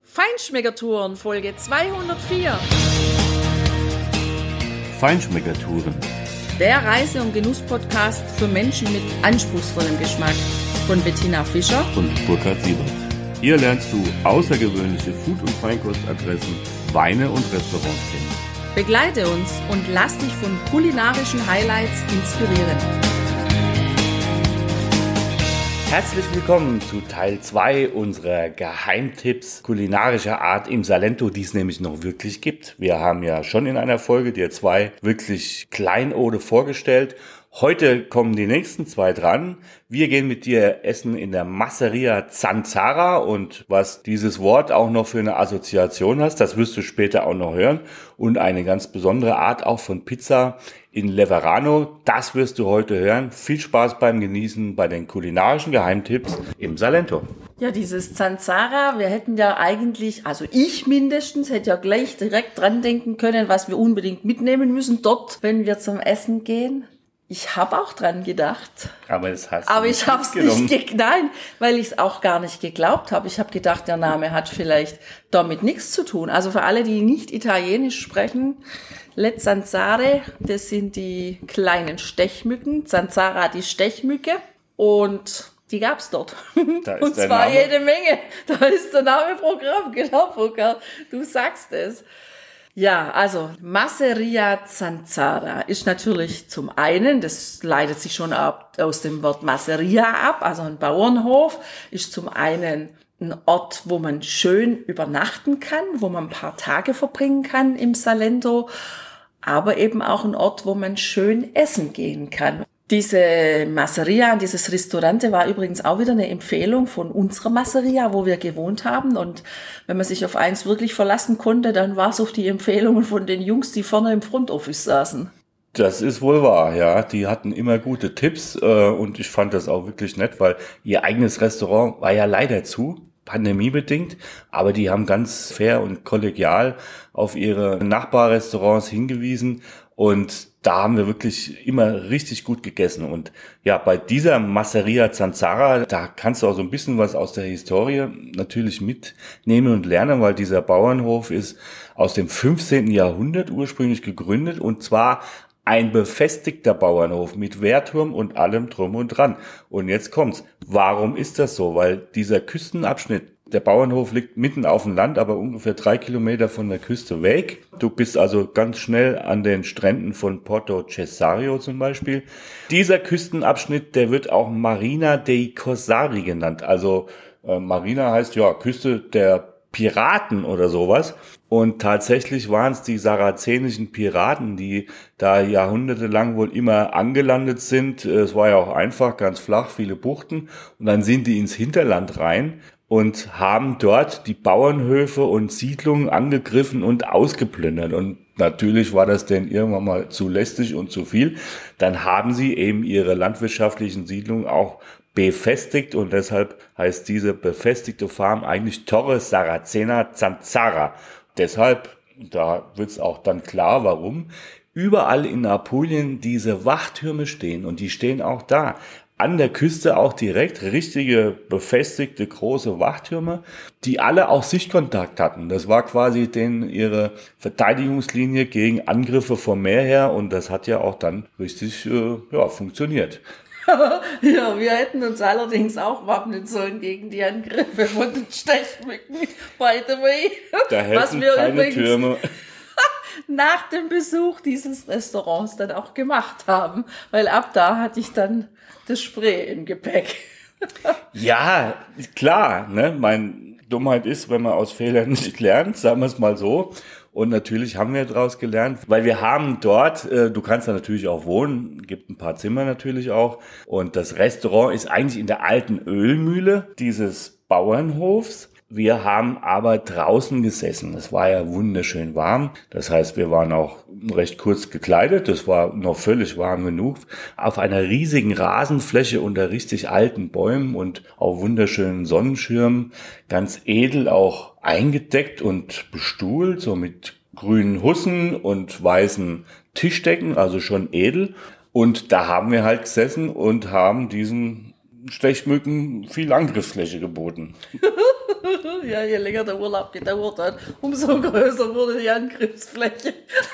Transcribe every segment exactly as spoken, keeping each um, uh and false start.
Feinschmeckertouren, Folge zweihundertvier. Feinschmeckertouren. Der Reise- und Genuss-Podcast für Menschen mit anspruchsvollem Geschmack. Von Bettina Fischer und Burkhard Siebert. Hier lernst du außergewöhnliche Food- und Feinkostadressen, Weine und Restaurants kennen. Begleite uns und lass dich von kulinarischen Highlights inspirieren. Herzlich willkommen zu Teil zwei unserer Geheimtipps kulinarischer Art im Salento, die es nämlich noch wirklich gibt. Wir haben ja schon in einer Folge dir zwei wirklich Kleinode vorgestellt. Heute kommen die nächsten zwei dran. Wir gehen mit dir essen in der Masseria Zanzara und was dieses Wort auch noch für eine Assoziation hast, das wirst du später auch noch hören. Und eine ganz besondere Art auch von Pizza in Leverano, das wirst du heute hören. Viel Spaß beim Genießen bei den kulinarischen Geheimtipps im Salento. Ja, dieses Zanzara, wir hätten ja eigentlich, also ich mindestens, hätte ja gleich direkt dran denken können, was wir unbedingt mitnehmen müssen dort, wenn wir zum Essen gehen. Ich habe auch dran gedacht. Aber das hast du Aber nicht ich habe es nicht, ge- nein, weil ich es auch gar nicht geglaubt habe. Ich habe gedacht, der Name hat vielleicht damit nichts zu tun. Also für alle, die nicht Italienisch sprechen, Le Zanzare, das sind die kleinen Stechmücken. Zanzara, die Stechmücke. Und die gab's dort. Da ist Und der zwar Name. jede Menge. Da ist der Name Programm, genau, Burkhard. Du sagst es. Ja, also Masseria Zanzara ist natürlich zum einen, das leitet sich schon ab, aus dem Wort Masseria ab, also ein Bauernhof, ist zum einen ein Ort, wo man schön übernachten kann, wo man ein paar Tage verbringen kann im Salento, aber eben auch ein Ort, wo man schön essen gehen kann. Diese Masseria, dieses Restaurante war übrigens auch wieder eine Empfehlung von unserer Masseria, wo wir gewohnt haben. Und wenn man sich auf eins wirklich verlassen konnte, dann war es auf die Empfehlungen von den Jungs, die vorne im Front Office saßen. Das ist wohl wahr, ja. Die hatten immer gute Tipps äh, und ich fand das auch wirklich nett, weil ihr eigenes Restaurant war ja leider zu, pandemiebedingt, aber die haben ganz fair und kollegial auf ihre Nachbarrestaurants hingewiesen und da haben wir wirklich immer richtig gut gegessen. Und ja, bei dieser Masseria Zanzara, da kannst du auch so ein bisschen was aus der Historie natürlich mitnehmen und lernen, weil dieser Bauernhof ist aus dem fünfzehnten Jahrhundert ursprünglich gegründet und zwar ein befestigter Bauernhof mit Wehrturm und allem drum und dran. Und jetzt kommt's. Warum ist das so? Weil dieser Küstenabschnitt, der Bauernhof liegt mitten auf dem Land, aber ungefähr drei Kilometer von der Küste weg. Du bist also ganz schnell an den Stränden von Porto Cesario zum Beispiel. Dieser Küstenabschnitt, der wird auch Marina dei Corsari genannt. Also äh, Marina heißt ja Küste der Piraten oder sowas. Und tatsächlich waren es die sarazenischen Piraten, die da jahrhundertelang wohl immer angelandet sind. Es war ja auch einfach, ganz flach, viele Buchten. Und dann sind die ins Hinterland rein und haben dort die Bauernhöfe und Siedlungen angegriffen und ausgeplündert. Und natürlich war das denen irgendwann mal zu lästig und zu viel. Dann haben sie eben ihre landwirtschaftlichen Siedlungen auch befestigt und deshalb heißt diese befestigte Farm eigentlich Torre Saracena Zanzara. Deshalb, da wird es auch dann klar, warum überall in Apulien diese Wachtürme stehen und die stehen auch da. An der Küste auch direkt richtige befestigte große Wachtürme, die alle auch Sichtkontakt hatten. Das war quasi denen ihre Verteidigungslinie gegen Angriffe vom Meer her und das hat ja auch dann richtig äh, ja, funktioniert. Ja, wir hätten uns allerdings auch wappnen sollen gegen die Angriffe von den Stechmücken. By the way. Da helfen keine Türme. Nach dem Besuch dieses Restaurants dann auch gemacht haben, weil ab da hatte ich dann das Spray im Gepäck. Ja, klar, ne? Meine Dummheit ist, wenn man aus Fehlern nicht lernt, sagen wir es mal so. Und natürlich haben wir daraus gelernt, weil wir haben dort, äh, du kannst da natürlich auch wohnen, gibt ein paar Zimmer natürlich auch. Und das Restaurant ist eigentlich in der alten Ölmühle dieses Bauernhofs. Wir haben aber draußen gesessen. Es war ja wunderschön warm. Das heißt, wir waren auch recht kurz gekleidet. Das war noch völlig warm genug. Auf einer riesigen Rasenfläche unter richtig alten Bäumen und auf wunderschönen Sonnenschirmen. Ganz edel auch eingedeckt und bestuhlt, so mit grünen Hussen und weißen Tischdecken, also schon edel. Und da haben wir halt gesessen und haben diesen Stechmücken viel Angriffsfläche geboten. Ja, je länger der Urlaub gedauert hat, umso größer wurde die Angriffsfläche.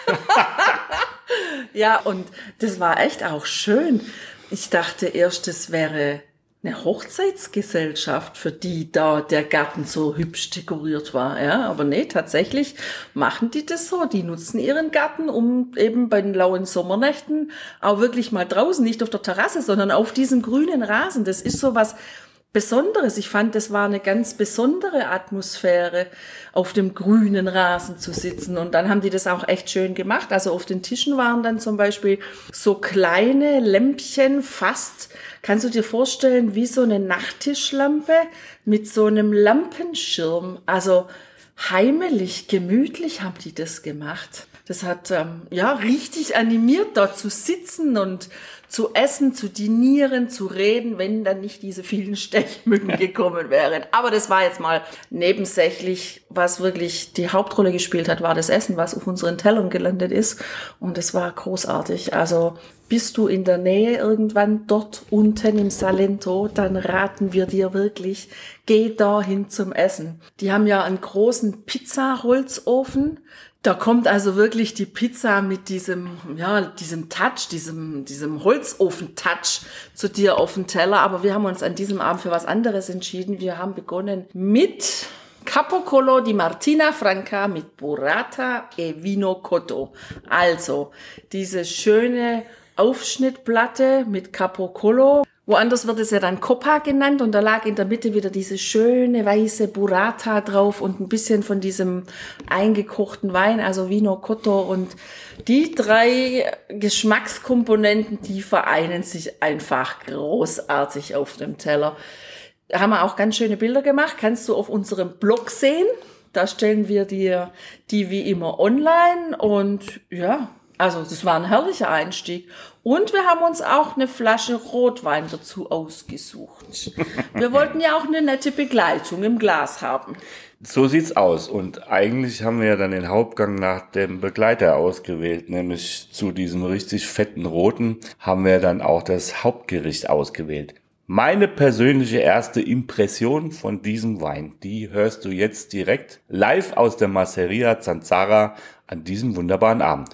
Ja, und das war echt auch schön. Ich dachte erst, das wäre eine Hochzeitsgesellschaft, für die da der Garten so hübsch dekoriert war. Ja, aber nee, tatsächlich machen die das so. Die nutzen ihren Garten, um eben bei den lauen Sommernächten auch wirklich mal draußen, nicht auf der Terrasse, sondern auf diesem grünen Rasen. Das ist so was Besonderes. Ich fand, das war eine ganz besondere Atmosphäre, auf dem grünen Rasen zu sitzen. Und dann haben die das auch echt schön gemacht. Also auf den Tischen waren dann zum Beispiel so kleine Lämpchen, fast, kannst du dir vorstellen, wie so eine Nachttischlampe mit so einem Lampenschirm. Also heimelig, gemütlich haben die das gemacht. Das hat ähm, ja richtig animiert, dort zu sitzen und zu essen, zu dinieren, zu reden, wenn dann nicht diese vielen Stechmücken gekommen wären. Aber das war jetzt mal nebensächlich. Was wirklich die Hauptrolle gespielt hat, war das Essen, was auf unseren Tellern gelandet ist. Und es war großartig. Also bist du in der Nähe irgendwann dort unten im Salento, dann raten wir dir wirklich, geh dahin zum Essen. Die haben ja einen großen Pizza-Holzofen. Da kommt also wirklich die Pizza mit diesem, ja, diesem Touch, diesem, diesem Holzofen-Touch zu dir auf den Teller. Aber wir haben uns an diesem Abend für was anderes entschieden. Wir haben begonnen mit Capocolo di Martina Franca mit Burrata e Vino Cotto. Also diese schöne Aufschnittplatte mit Capocolo. Woanders wird es ja dann Coppa genannt und da lag in der Mitte wieder diese schöne weiße Burrata drauf und ein bisschen von diesem eingekochten Wein, also Vino Cotto, und die drei Geschmackskomponenten, die vereinen sich einfach großartig auf dem Teller. Da haben wir auch ganz schöne Bilder gemacht, kannst du auf unserem Blog sehen. Da stellen wir dir die wie immer online und ja, also das war ein herrlicher Einstieg. Und wir haben uns auch eine Flasche Rotwein dazu ausgesucht. Wir wollten ja auch eine nette Begleitung im Glas haben. So sieht's aus. Und eigentlich haben wir ja dann den Hauptgang nach dem Begleiter ausgewählt, nämlich zu diesem richtig fetten Roten haben wir dann auch das Hauptgericht ausgewählt. Meine persönliche erste Impression von diesem Wein, die hörst du jetzt direkt live aus der Masseria Zanzara an diesem wunderbaren Abend.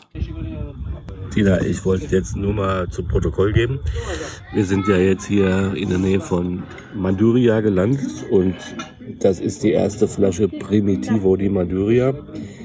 Tina, ich wollte jetzt nur mal zu Protokoll geben. Wir sind ja jetzt hier in der Nähe von Manduria gelandet und das ist die erste Flasche Primitivo di Manduria.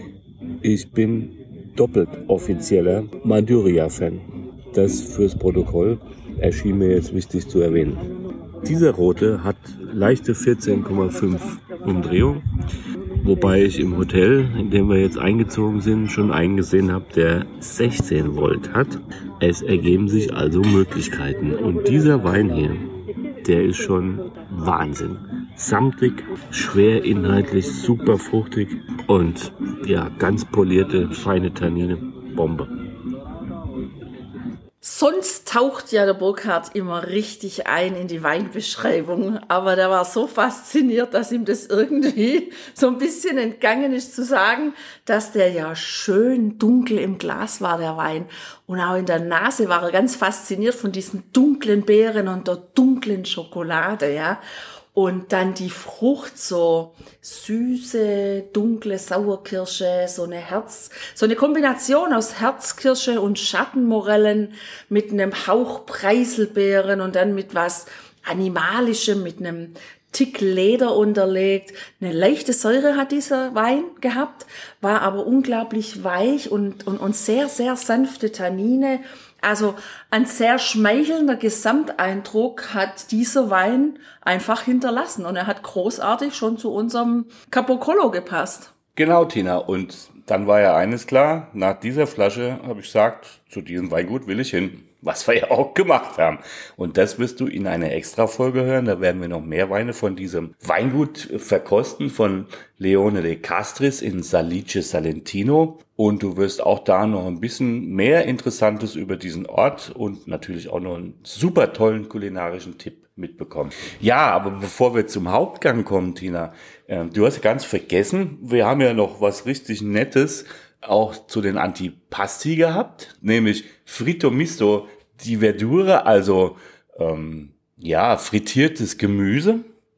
Ich bin doppelt offizieller Manduria-Fan. Das fürs Protokoll erschien mir jetzt wichtig zu erwähnen. Dieser Rote hat leichte vierzehn Komma fünf Umdrehung, wobei ich im Hotel, in dem wir jetzt eingezogen sind, schon eingesehen habe, der sechzehn Volt hat. Es ergeben sich also Möglichkeiten. Und dieser Wein hier, der ist schon Wahnsinn. Samtig, schwer inhaltlich, super fruchtig und ja, ganz polierte, feine Tannine. Bombe. Sonst taucht ja der Burkhard immer richtig ein in die Weinbeschreibung, aber der war so fasziniert, dass ihm das irgendwie so ein bisschen entgangen ist zu sagen, dass der ja schön dunkel im Glas war, der Wein. Und auch in der Nase war er ganz fasziniert von diesen dunklen Beeren und der dunklen Schokolade, ja. Und dann die Frucht, so süße, dunkle Sauerkirsche, so eine Herz, so eine Kombination aus Herzkirsche und Schattenmorellen mit einem Hauch Preiselbeeren und dann mit was Animalischem, mit einem Tick Leder unterlegt. Eine leichte Säure hat dieser Wein gehabt, war aber unglaublich weich und, und, und sehr, sehr sanfte Tannine. Also ein sehr schmeichelnder Gesamteindruck hat dieser Wein einfach hinterlassen und er hat großartig schon zu unserem Capocolo gepasst. Genau, Tina. Und dann war ja eines klar, nach dieser Flasche habe ich gesagt, zu diesem Weingut will ich hin. Was wir ja auch gemacht haben. Und das wirst du in einer Extra-Folge hören. Da werden wir noch mehr Weine von diesem Weingut verkosten, von Leone de Castris in Salice Salentino. Und du wirst auch da noch ein bisschen mehr Interessantes über diesen Ort und natürlich auch noch einen super tollen kulinarischen Tipp mitbekommen. Ja, aber bevor wir zum Hauptgang kommen, Tina, äh, du hast ja ganz vergessen, wir haben ja noch was richtig Nettes auch zu den Antipasti gehabt, nämlich Fritto Misto di Verdura, also ähm, ja, frittiertes Gemüse.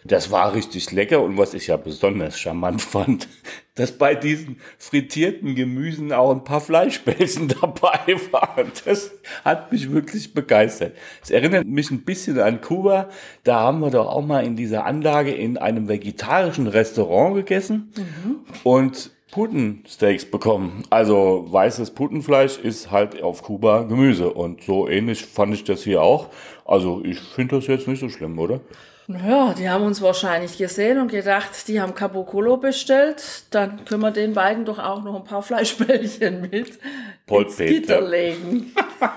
Das war richtig lecker und was ich ja besonders charmant fand, dass bei diesen frittierten Gemüsen auch ein paar Fleischbällchen dabei waren. Das hat mich wirklich begeistert. Es erinnert mich ein bisschen an Kuba. Da haben wir doch auch mal in dieser Anlage in einem vegetarischen Restaurant gegessen mhm. und Putensteaks bekommen. Also weißes Putenfleisch ist halt auf Kuba Gemüse und so ähnlich fand ich das hier auch. Also ich finde das jetzt nicht so schlimm, oder? Naja, die haben uns wahrscheinlich gesehen und gedacht, die haben Capocolo bestellt, dann können wir den beiden doch auch noch ein paar Fleischbällchen mit ins Gitter legen.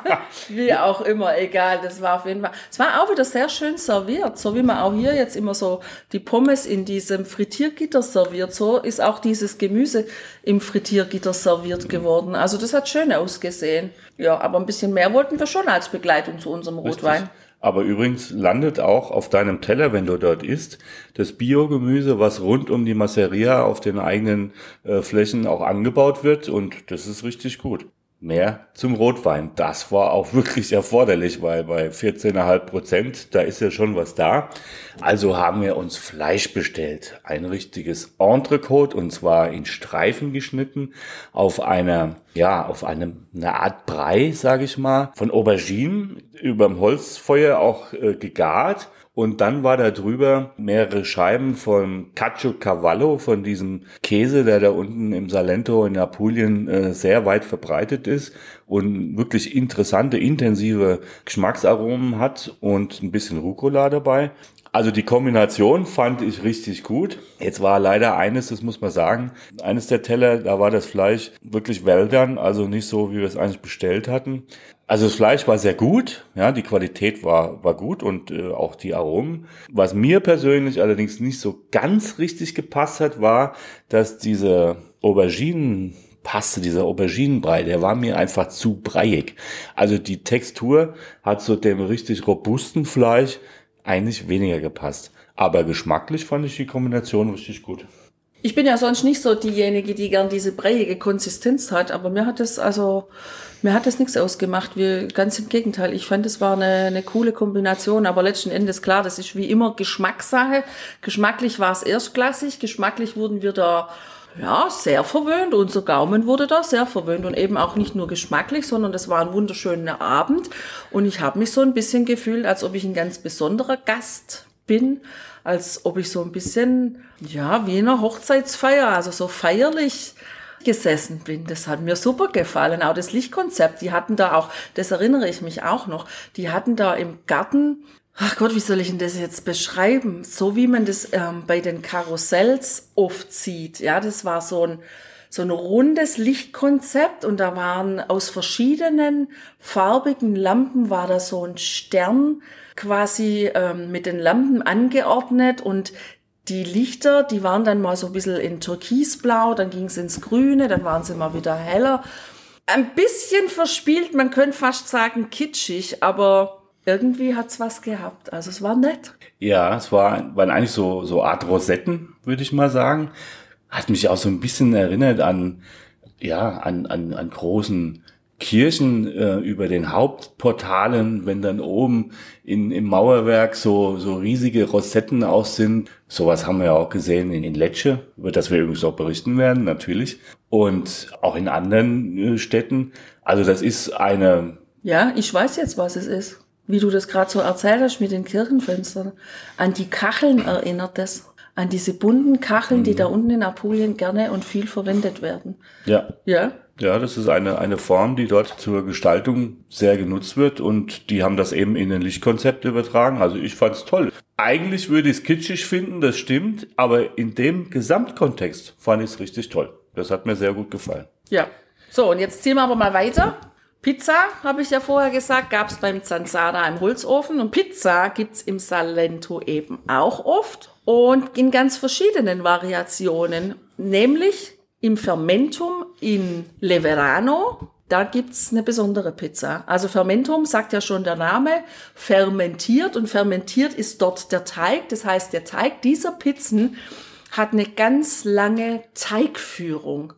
Wie auch immer, egal, das war auf jeden Fall, es war auch wieder sehr schön serviert, so wie man auch hier jetzt immer so die Pommes in diesem Frittiergitter serviert, so ist auch dieses Gemüse im Frittiergitter serviert geworden. Also das hat schön ausgesehen. Ja, aber ein bisschen mehr wollten wir schon als Begleitung zu unserem Rotwein. Richtig. Aber übrigens landet auch auf deinem Teller, wenn du dort isst, das Biogemüse, was rund um die Masseria auf den eigenen äh, Flächen auch angebaut wird. Und das ist richtig gut. Mehr zum Rotwein. Das war auch wirklich erforderlich, weil bei vierzehn Komma fünf Prozent, da ist ja schon was da. Also haben wir uns Fleisch bestellt. Ein richtiges Entrecote und zwar in Streifen geschnitten auf einer, ja, auf einem, eine Art Brei, sage ich mal, von Auberginen überm Holzfeuer auch äh, gegart. Und dann war da drüber mehrere Scheiben von Caciocavallo, von diesem Käse, der da unten im Salento in Apulien äh, sehr weit verbreitet ist und wirklich interessante, intensive Geschmacksaromen hat und ein bisschen Rucola dabei. Also die Kombination fand ich richtig gut. Jetzt war leider eines, das muss man sagen, eines der Teller, da war das Fleisch wirklich well done, also nicht so, wie wir es eigentlich bestellt hatten. Also das Fleisch war sehr gut, ja, die Qualität war war gut und äh, auch die Aromen. Was mir persönlich allerdings nicht so ganz richtig gepasst hat, war, dass diese Auberginenpaste, dieser Auberginenbrei, der war mir einfach zu breiig. Also die Textur hat so dem richtig robusten Fleisch eigentlich weniger gepasst. Aber geschmacklich fand ich die Kombination richtig gut. Ich bin ja sonst nicht so diejenige, die gern diese breiige Konsistenz hat, aber mir hat das also, mir hat das nichts ausgemacht. Wie, ganz im Gegenteil. Ich fand, es war eine, eine coole Kombination, aber letzten Endes klar, das ist wie immer Geschmackssache. Geschmacklich war es erstklassig, geschmacklich wurden wir da ja sehr verwöhnt. Unser Gaumen wurde da sehr verwöhnt und eben auch nicht nur geschmacklich, sondern das war ein wunderschöner Abend und ich habe mich so ein bisschen gefühlt, als ob ich ein ganz besonderer Gast bin, als ob ich so ein bisschen, ja, wie in einer Hochzeitsfeier, also so feierlich gesessen bin. Das hat mir super gefallen. Auch das Lichtkonzept, die hatten da auch, das erinnere ich mich auch noch, die hatten da im Garten, ach Gott, wie soll ich denn das jetzt beschreiben? So wie man das ähm, bei den Karussells oft sieht. Ja, das war so ein, so ein rundes Lichtkonzept und da waren aus verschiedenen farbigen Lampen war da so ein Stern quasi ähm, mit den Lampen angeordnet und die Lichter, die waren dann mal so ein bisschen in Türkisblau, dann ging es ins Grüne, dann waren sie mal wieder heller. Ein bisschen verspielt, man könnte fast sagen kitschig, aber irgendwie hat's was gehabt. Also es war nett. Ja, es war, waren eigentlich so, so Art Rosetten, würde ich mal sagen. Hat mich auch so ein bisschen erinnert an, ja, an, an, an großen Kirchen äh, über den Hauptportalen, wenn dann oben in, im Mauerwerk so, so riesige Rosetten auch sind. Sowas haben wir ja auch gesehen in, in Lecce, über das wir übrigens auch berichten werden, natürlich. Und auch in anderen äh, Städten. Also das ist eine... Ja, ich weiß jetzt, was es ist. Wie du das gerade so erzählt hast mit den Kirchenfenstern. An die Kacheln erinnert das. An diese bunten Kacheln, mhm. die da unten in Apulien gerne und viel verwendet werden. Ja. Ja. Ja, das ist eine, eine Form, die dort zur Gestaltung sehr genutzt wird und die haben das eben in ein Lichtkonzept übertragen. Also ich fand's toll. Eigentlich würde ich es kitschig finden, das stimmt, aber in dem Gesamtkontext fand ich es richtig toll. Das hat mir sehr gut gefallen. Ja. So, und jetzt ziehen wir aber mal weiter. Pizza, habe ich ja vorher gesagt, gab's beim Zanzara im Holzofen und Pizza gibt's im Salento eben auch oft und in ganz verschiedenen Variationen, nämlich im Fermentum in Leverano, da gibt's eine besondere Pizza. Also Fermentum, sagt ja schon der Name, fermentiert und fermentiert ist dort der Teig. Das heißt, der Teig dieser Pizzen hat eine ganz lange Teigführung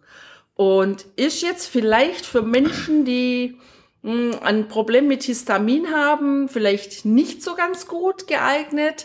und ist jetzt vielleicht für Menschen, die mh, ein Problem mit Histamin haben, vielleicht nicht so ganz gut geeignet.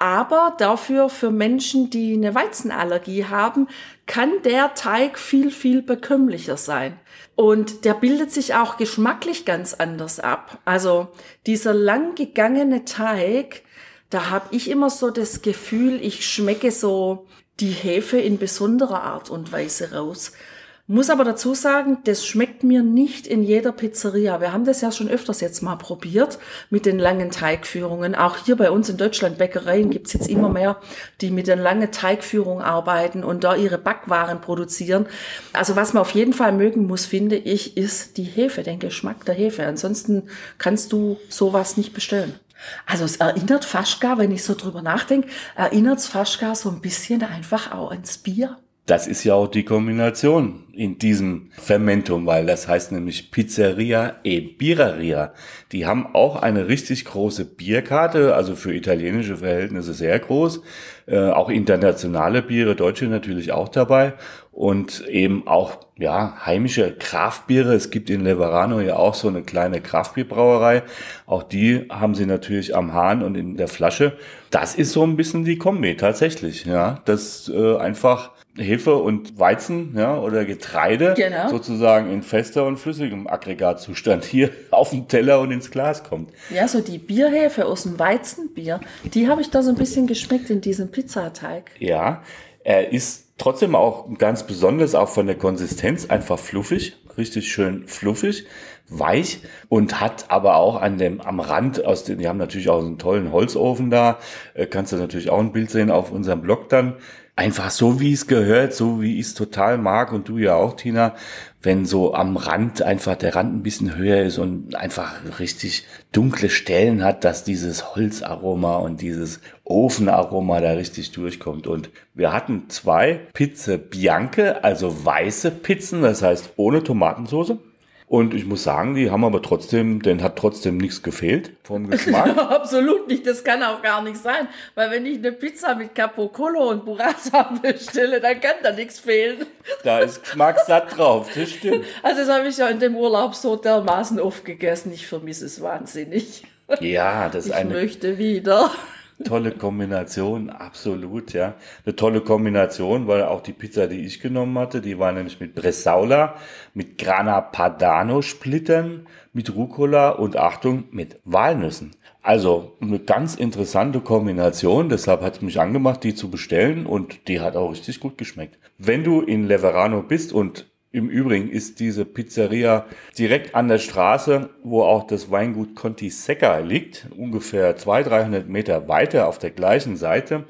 Aber dafür für Menschen, die eine Weizenallergie haben, kann der Teig viel, viel bekömmlicher sein. Und der bildet sich auch geschmacklich ganz anders ab. Also dieser lang gegangene Teig, da habe ich immer so das Gefühl, ich schmecke so die Hefe in besonderer Art und Weise raus. Muss aber dazu sagen, das schmeckt mir nicht in jeder Pizzeria. Wir haben das ja schon öfters jetzt mal probiert mit den langen Teigführungen. Auch hier bei uns in Deutschland, Bäckereien, gibt's jetzt immer mehr, die mit den langen Teigführungen arbeiten und da ihre Backwaren produzieren. Also was man auf jeden Fall mögen muss, finde ich, ist die Hefe, den Geschmack der Hefe. Ansonsten kannst du sowas nicht bestellen. Also es erinnert fast gar, wenn ich so drüber nachdenke, erinnert es fast gar so ein bisschen einfach auch ans Bier. Das ist ja auch die Kombination in diesem Fermentum, weil das heißt nämlich Pizzeria e Birreria. Die haben auch eine richtig große Bierkarte, also für italienische Verhältnisse sehr groß. Äh, auch internationale Biere, deutsche natürlich auch dabei. Und eben auch, ja, heimische Kraftbiere. Es gibt in Leverano ja auch so eine kleine Kraftbierbrauerei. Auch die haben sie natürlich am Hahn und in der Flasche. Das ist so ein bisschen die Kombi, tatsächlich, ja. Das äh, einfach Hefe und Weizen, ja, oder Getreide, genau, sozusagen in fester und flüssigem Aggregatzustand hier auf dem Teller und ins Glas kommt. Ja, so die Bierhefe aus dem Weizenbier, die habe ich da so ein bisschen geschmeckt in diesem Pizzateig. Ja, er ist trotzdem auch ganz besonders, auch von der Konsistenz, einfach fluffig, richtig schön fluffig, weich und hat aber auch an dem, am Rand, aus den, die haben natürlich auch einen tollen Holzofen da, äh, kannst du natürlich auch ein Bild sehen auf unserem Blog dann. Einfach so, wie es gehört, so wie ich es total mag und du ja auch, Tina, wenn so am Rand einfach der Rand ein bisschen höher ist und einfach richtig dunkle Stellen hat, dass dieses Holzaroma und dieses Ofenaroma da richtig durchkommt. Und wir hatten zwei Pizze Bianche, also weiße Pizzen, das heißt ohne Tomatensauce. Und ich muss sagen, die haben aber trotzdem, denen hat trotzdem nichts gefehlt vom Geschmack. Absolut nicht, das kann auch gar nicht sein. Weil wenn ich eine Pizza mit Capocollo und Burrata bestelle, dann kann da nichts fehlen. Da ist Geschmackssatt drauf, das stimmt. Also das habe ich ja in dem Urlaub so dermaßen aufgegessen. Ich vermisse es wahnsinnig. Ja, das ist ich eine... Ich möchte wieder. Tolle Kombination, absolut, ja. Eine tolle Kombination, weil auch die Pizza, die ich genommen hatte, die war nämlich mit Bresaola, mit Grana Padano Splittern, mit Rucola und Achtung, mit Walnüssen. Also eine ganz interessante Kombination, deshalb hat es mich angemacht, die zu bestellen und die hat auch richtig gut geschmeckt. Wenn du in Leverano bist und im Übrigen ist diese Pizzeria direkt an der Straße, wo auch das Weingut Conti Secca liegt, ungefähr zweihundert, dreihundert Meter weiter auf der gleichen Seite.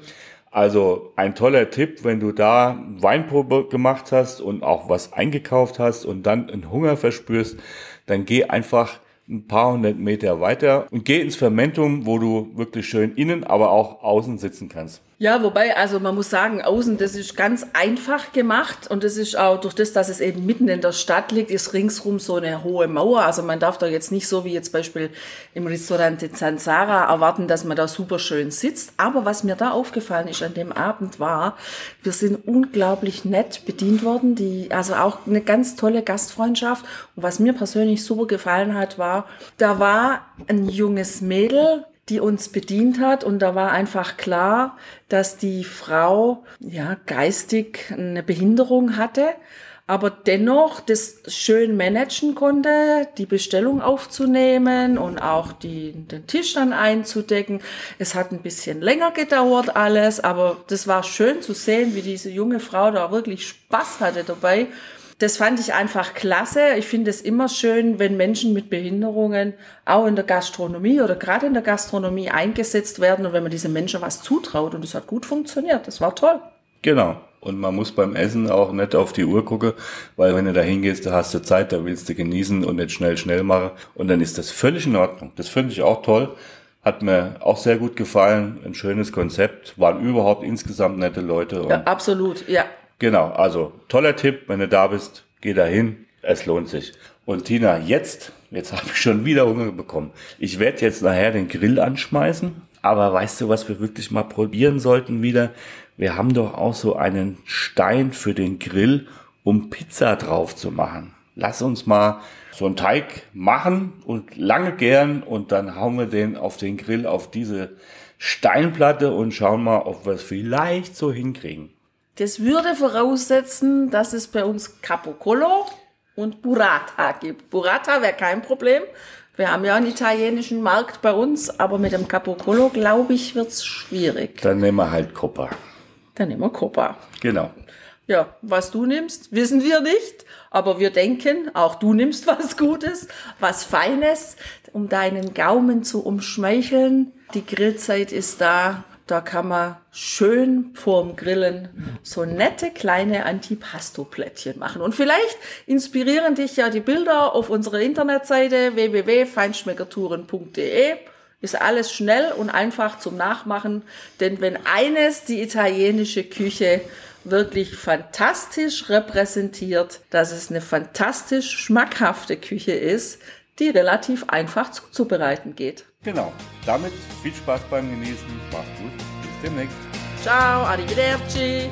Also ein toller Tipp, wenn du da Weinprobe gemacht hast und auch was eingekauft hast und dann einen Hunger verspürst, dann geh einfach ein paar hundert Meter weiter und geh ins Fermentum, wo du wirklich schön innen, aber auch außen sitzen kannst. Ja, wobei, also man muss sagen, außen, das ist ganz einfach gemacht und das ist auch durch das, dass es eben mitten in der Stadt liegt, ist ringsrum so eine hohe Mauer. Also man darf da jetzt nicht so wie jetzt Beispiel im Ristorante Zanzara erwarten, dass man da super schön sitzt. Aber was mir da aufgefallen ist an dem Abend war, wir sind unglaublich nett bedient worden, die, also auch eine ganz tolle Gastfreundschaft. Und was mir persönlich super gefallen hat, war, da war ein junges Mädel, die uns bedient hat und da war einfach klar, dass die Frau ja geistig eine Behinderung hatte, aber dennoch das schön managen konnte, die Bestellung aufzunehmen und auch die, den Tisch dann einzudecken. Es hat ein bisschen länger gedauert alles, aber das war schön zu sehen, wie diese junge Frau da wirklich Spaß hatte dabei. Das fand ich einfach klasse. Ich finde es immer schön, wenn Menschen mit Behinderungen auch in der Gastronomie oder gerade in der Gastronomie eingesetzt werden und wenn man diesen Menschen was zutraut. Und es hat gut funktioniert. Das war toll. Genau. Und man muss beim Essen auch nicht auf die Uhr gucken, weil wenn du da hingehst, da hast du Zeit, da willst du genießen und nicht schnell, schnell machen. Und dann ist das völlig in Ordnung. Das finde ich auch toll. Hat mir auch sehr gut gefallen. Ein schönes Konzept. Waren überhaupt insgesamt nette Leute. Und ja, absolut, ja. Genau, also toller Tipp, wenn du da bist, geh da hin, es lohnt sich. Und Tina, jetzt, jetzt habe ich schon wieder Hunger bekommen. Ich werde jetzt nachher den Grill anschmeißen, aber weißt du, was wir wirklich mal probieren sollten wieder? Wir haben doch auch so einen Stein für den Grill, um Pizza drauf zu machen. Lass uns mal so einen Teig machen und lange gären und dann hauen wir den auf den Grill, auf diese Steinplatte und schauen mal, ob wir es vielleicht so hinkriegen. Das würde voraussetzen, dass es bei uns Capocolo und Burrata gibt. Burrata wäre kein Problem. Wir haben ja einen italienischen Markt bei uns, aber mit dem Capocolo, glaube ich, wird es schwierig. Dann nehmen wir halt Coppa. Dann nehmen wir Coppa. Genau. Ja, was du nimmst, wissen wir nicht, aber wir denken, auch du nimmst was Gutes, was Feines, um deinen Gaumen zu umschmeicheln. Die Grillzeit ist da, da kann man schön vorm Grillen so nette kleine Antipasto-Plättchen machen. Und vielleicht inspirieren dich ja die Bilder auf unserer Internetseite w w w punkt feinschmeckertouren punkt d e. Ist alles schnell und einfach zum Nachmachen, denn wenn eines die italienische Küche wirklich fantastisch repräsentiert, dass es eine fantastisch schmackhafte Küche ist, die relativ einfach zuzubereiten geht. Genau. Damit viel Spaß beim Genießen. Macht's gut. Bis demnächst. Ciao, arrivederci.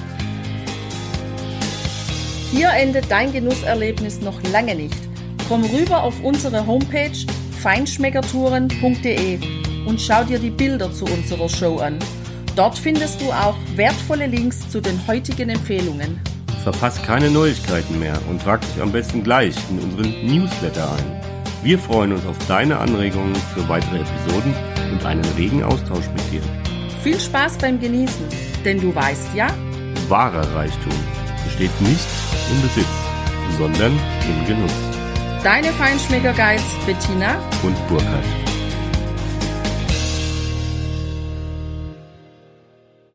Hier endet dein Genusserlebnis noch lange nicht. Komm rüber auf unsere Homepage feinschmeckertouren punkt d e und schau dir die Bilder zu unserer Show an. Dort findest du auch wertvolle Links zu den heutigen Empfehlungen. Verpass keine Neuigkeiten mehr und trag dich am besten gleich in unseren Newsletter ein. Wir freuen uns auf deine Anregungen für weitere Episoden und einen regen Austausch mit dir. Viel Spaß beim Genießen, denn du weißt ja, wahrer Reichtum besteht nicht im Besitz, sondern im Genuss. Deine Feinschmecker-Guides Bettina und Burkhard.